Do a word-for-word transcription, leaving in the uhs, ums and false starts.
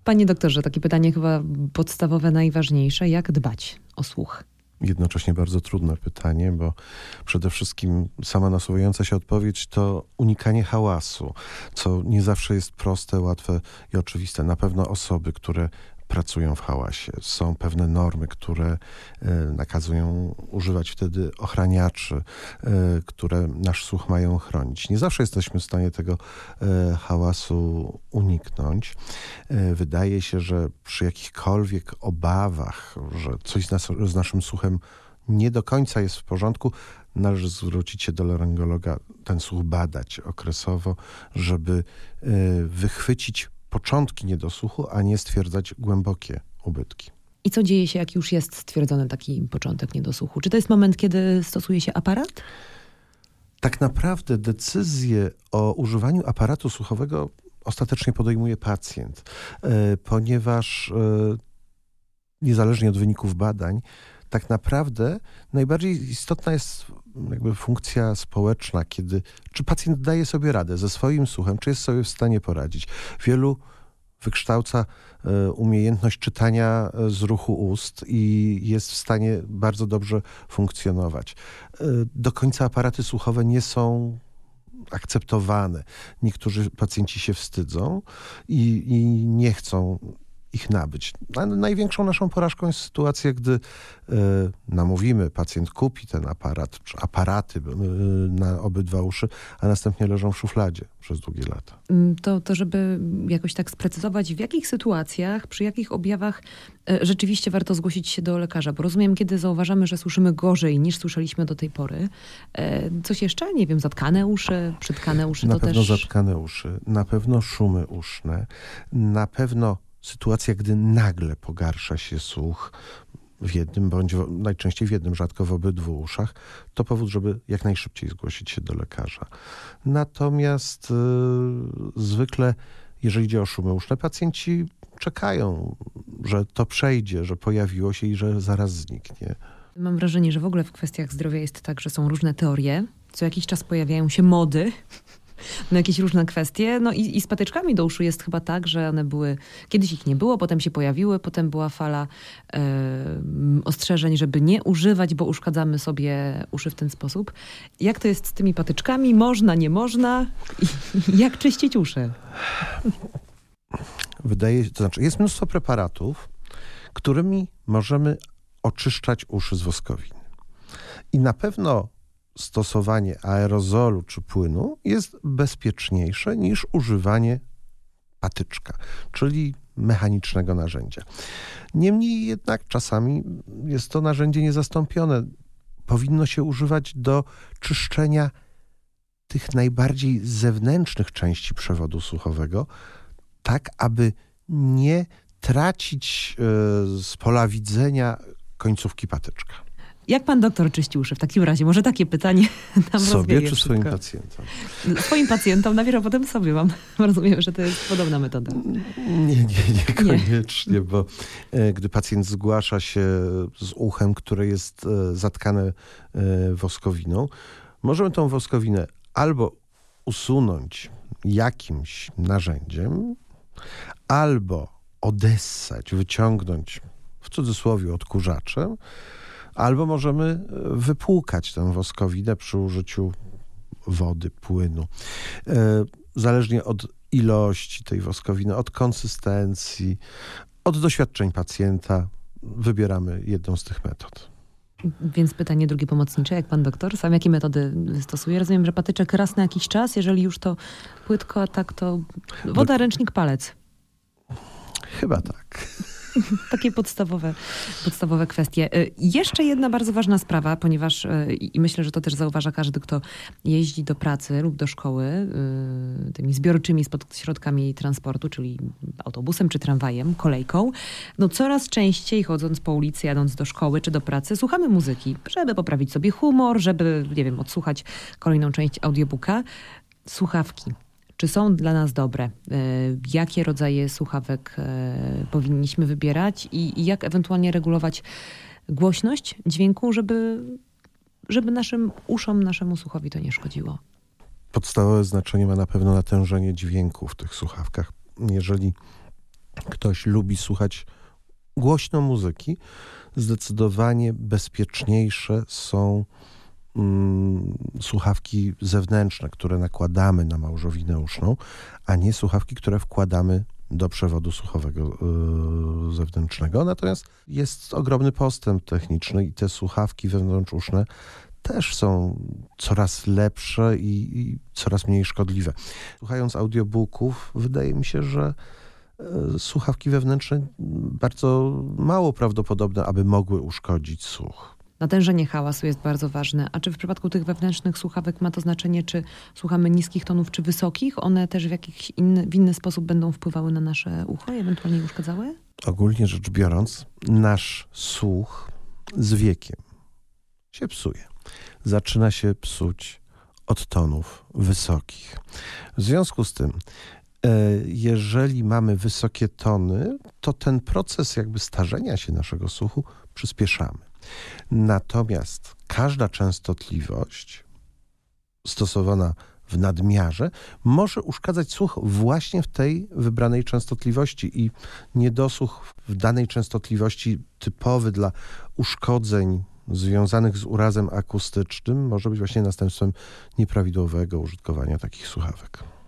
Panie doktorze, takie pytanie chyba podstawowe, najważniejsze. Jak dbać o słuch? Jednocześnie bardzo trudne pytanie, bo przede wszystkim sama nasuwająca się odpowiedź to unikanie hałasu, co nie zawsze jest proste, łatwe i oczywiste. Na pewno osoby, które pracują w hałasie. Są pewne normy, które e, nakazują używać wtedy ochraniaczy, e, które nasz słuch mają chronić. Nie zawsze jesteśmy w stanie tego e, hałasu uniknąć. E, wydaje się, że przy jakichkolwiek obawach, że coś z, nas, z naszym słuchem nie do końca jest w porządku, należy zwrócić się do laryngologa, ten słuch badać okresowo, żeby e, wychwycić początki niedosłuchu, a nie stwierdzać głębokie ubytki. I co dzieje się, jak już jest stwierdzony taki początek niedosłuchu? Czy to jest moment, kiedy stosuje się aparat? Tak naprawdę decyzję o używaniu aparatu słuchowego ostatecznie podejmuje pacjent, ponieważ niezależnie od wyników badań, tak naprawdę najbardziej istotna jest jakby funkcja społeczna, kiedy czy pacjent daje sobie radę ze swoim słuchem, czy jest sobie w stanie poradzić. Wielu wykształca e, umiejętność czytania z ruchu ust i jest w stanie bardzo dobrze funkcjonować. E, do końca aparaty słuchowe nie są akceptowane. Niektórzy pacjenci się wstydzą i, i nie chcą ich nabyć. A największą naszą porażką jest sytuacja, gdy y, namówimy, pacjent kupi ten aparat, czy aparaty y, na obydwa uszy, a następnie leżą w szufladzie przez długie lata. To, to żeby jakoś tak sprecyzować, w jakich sytuacjach, przy jakich objawach y, rzeczywiście warto zgłosić się do lekarza, bo rozumiem, kiedy zauważamy, że słyszymy gorzej niż słyszeliśmy do tej pory. Y, coś jeszcze? Nie wiem, zatkane uszy, przytkane uszy? Na to pewno też... zatkane uszy, na pewno szumy uszne, na pewno sytuacja, gdy nagle pogarsza się słuch w jednym, bądź w, najczęściej w jednym, rzadko w obydwu uszach, to powód, żeby jak najszybciej zgłosić się do lekarza. Natomiast yy, zwykle, jeżeli idzie o szumy uszne, pacjenci czekają, że to przejdzie, że pojawiło się i że zaraz zniknie. Mam wrażenie, że w ogóle w kwestiach zdrowia jest tak, że są różne teorie. Co jakiś czas pojawiają się mody na jakieś różne kwestie. No i, i z patyczkami do uszu jest chyba tak, że one były, kiedyś ich nie było, potem się pojawiły, potem była fala e, ostrzeżeń, żeby nie używać, bo uszkadzamy sobie uszy w ten sposób. Jak to jest z tymi patyczkami? Można, nie można? I, jak czyścić uszy? Wydaje się, to znaczy jest mnóstwo preparatów, którymi możemy oczyszczać uszy z woskowin. I na pewno stosowanie aerozolu czy płynu jest bezpieczniejsze niż używanie patyczka, czyli mechanicznego narzędzia. Niemniej jednak czasami jest to narzędzie niezastąpione. Powinno się używać do czyszczenia tych najbardziej zewnętrznych części przewodu słuchowego, tak aby nie tracić yy, z pola widzenia końcówki patyczka. Jak pan doktor czyści uszy w takim razie? Może takie pytanie nam Sobie czy wszystko. swoim pacjentom? Swoim pacjentom, najpierw, a potem sobie. Mam, rozumiem, że to jest podobna metoda. Nie, nie, niekoniecznie, nie. Bo e, gdy pacjent zgłasza się z uchem, które jest e, zatkane e, woskowiną, możemy tą woskowinę albo usunąć jakimś narzędziem, albo odessać, wyciągnąć, w cudzysłowie, odkurzaczem, albo możemy wypłukać tę woskowinę przy użyciu wody, płynu. Zależnie od ilości tej woskowiny, od konsystencji, od doświadczeń pacjenta wybieramy jedną z tych metod. Więc pytanie drugie pomocnicze, jak pan doktor, sam jakie metody stosuje? Rozumiem, że patyczek raz na jakiś czas, jeżeli już to płytko, a tak to woda, ręcznik, palec. Chyba tak. Takie podstawowe, podstawowe kwestie. Jeszcze jedna bardzo ważna sprawa, ponieważ i myślę, że to też zauważa każdy, kto jeździ do pracy lub do szkoły tymi zbiorczymi środkami transportu, czyli autobusem czy tramwajem, kolejką. No coraz częściej chodząc po ulicy, jadąc do szkoły czy do pracy, słuchamy muzyki, żeby poprawić sobie humor, żeby, nie wiem, odsłuchać kolejną część audiobooka. Słuchawki. Czy są dla nas dobre? Jakie rodzaje słuchawek powinniśmy wybierać i, i jak ewentualnie regulować głośność dźwięku, żeby, żeby naszym uszom, naszemu słuchowi to nie szkodziło? Podstawowe znaczenie ma na pewno natężenie dźwięku w tych słuchawkach. Jeżeli ktoś lubi słuchać głośno muzyki, zdecydowanie bezpieczniejsze są mm, słuchawki zewnętrzne, które nakładamy na małżowinę uszną, a nie słuchawki, które wkładamy do przewodu słuchowego yy, zewnętrznego. Natomiast jest ogromny postęp techniczny i te słuchawki wewnątrzuszne też są coraz lepsze i, i coraz mniej szkodliwe. Słuchając audiobooków, wydaje mi się, że y, słuchawki wewnętrzne bardzo mało prawdopodobne, aby mogły uszkodzić słuch. Natężenie hałasu jest bardzo ważne. A czy w przypadku tych wewnętrznych słuchawek ma to znaczenie, czy słuchamy niskich tonów, czy wysokich? One też w jakiś inny, w inny sposób będą wpływały na nasze ucho i ewentualnie je uszkadzały? Ogólnie rzecz biorąc, nasz słuch z wiekiem się psuje. Zaczyna się psuć od tonów wysokich. W związku z tym, jeżeli mamy wysokie tony, to ten proces jakby starzenia się naszego słuchu przyspieszamy. Natomiast każda częstotliwość stosowana w nadmiarze może uszkadzać słuch właśnie w tej wybranej częstotliwości i niedosłuch w danej częstotliwości typowy dla uszkodzeń związanych z urazem akustycznym może być właśnie następstwem nieprawidłowego użytkowania takich słuchawek.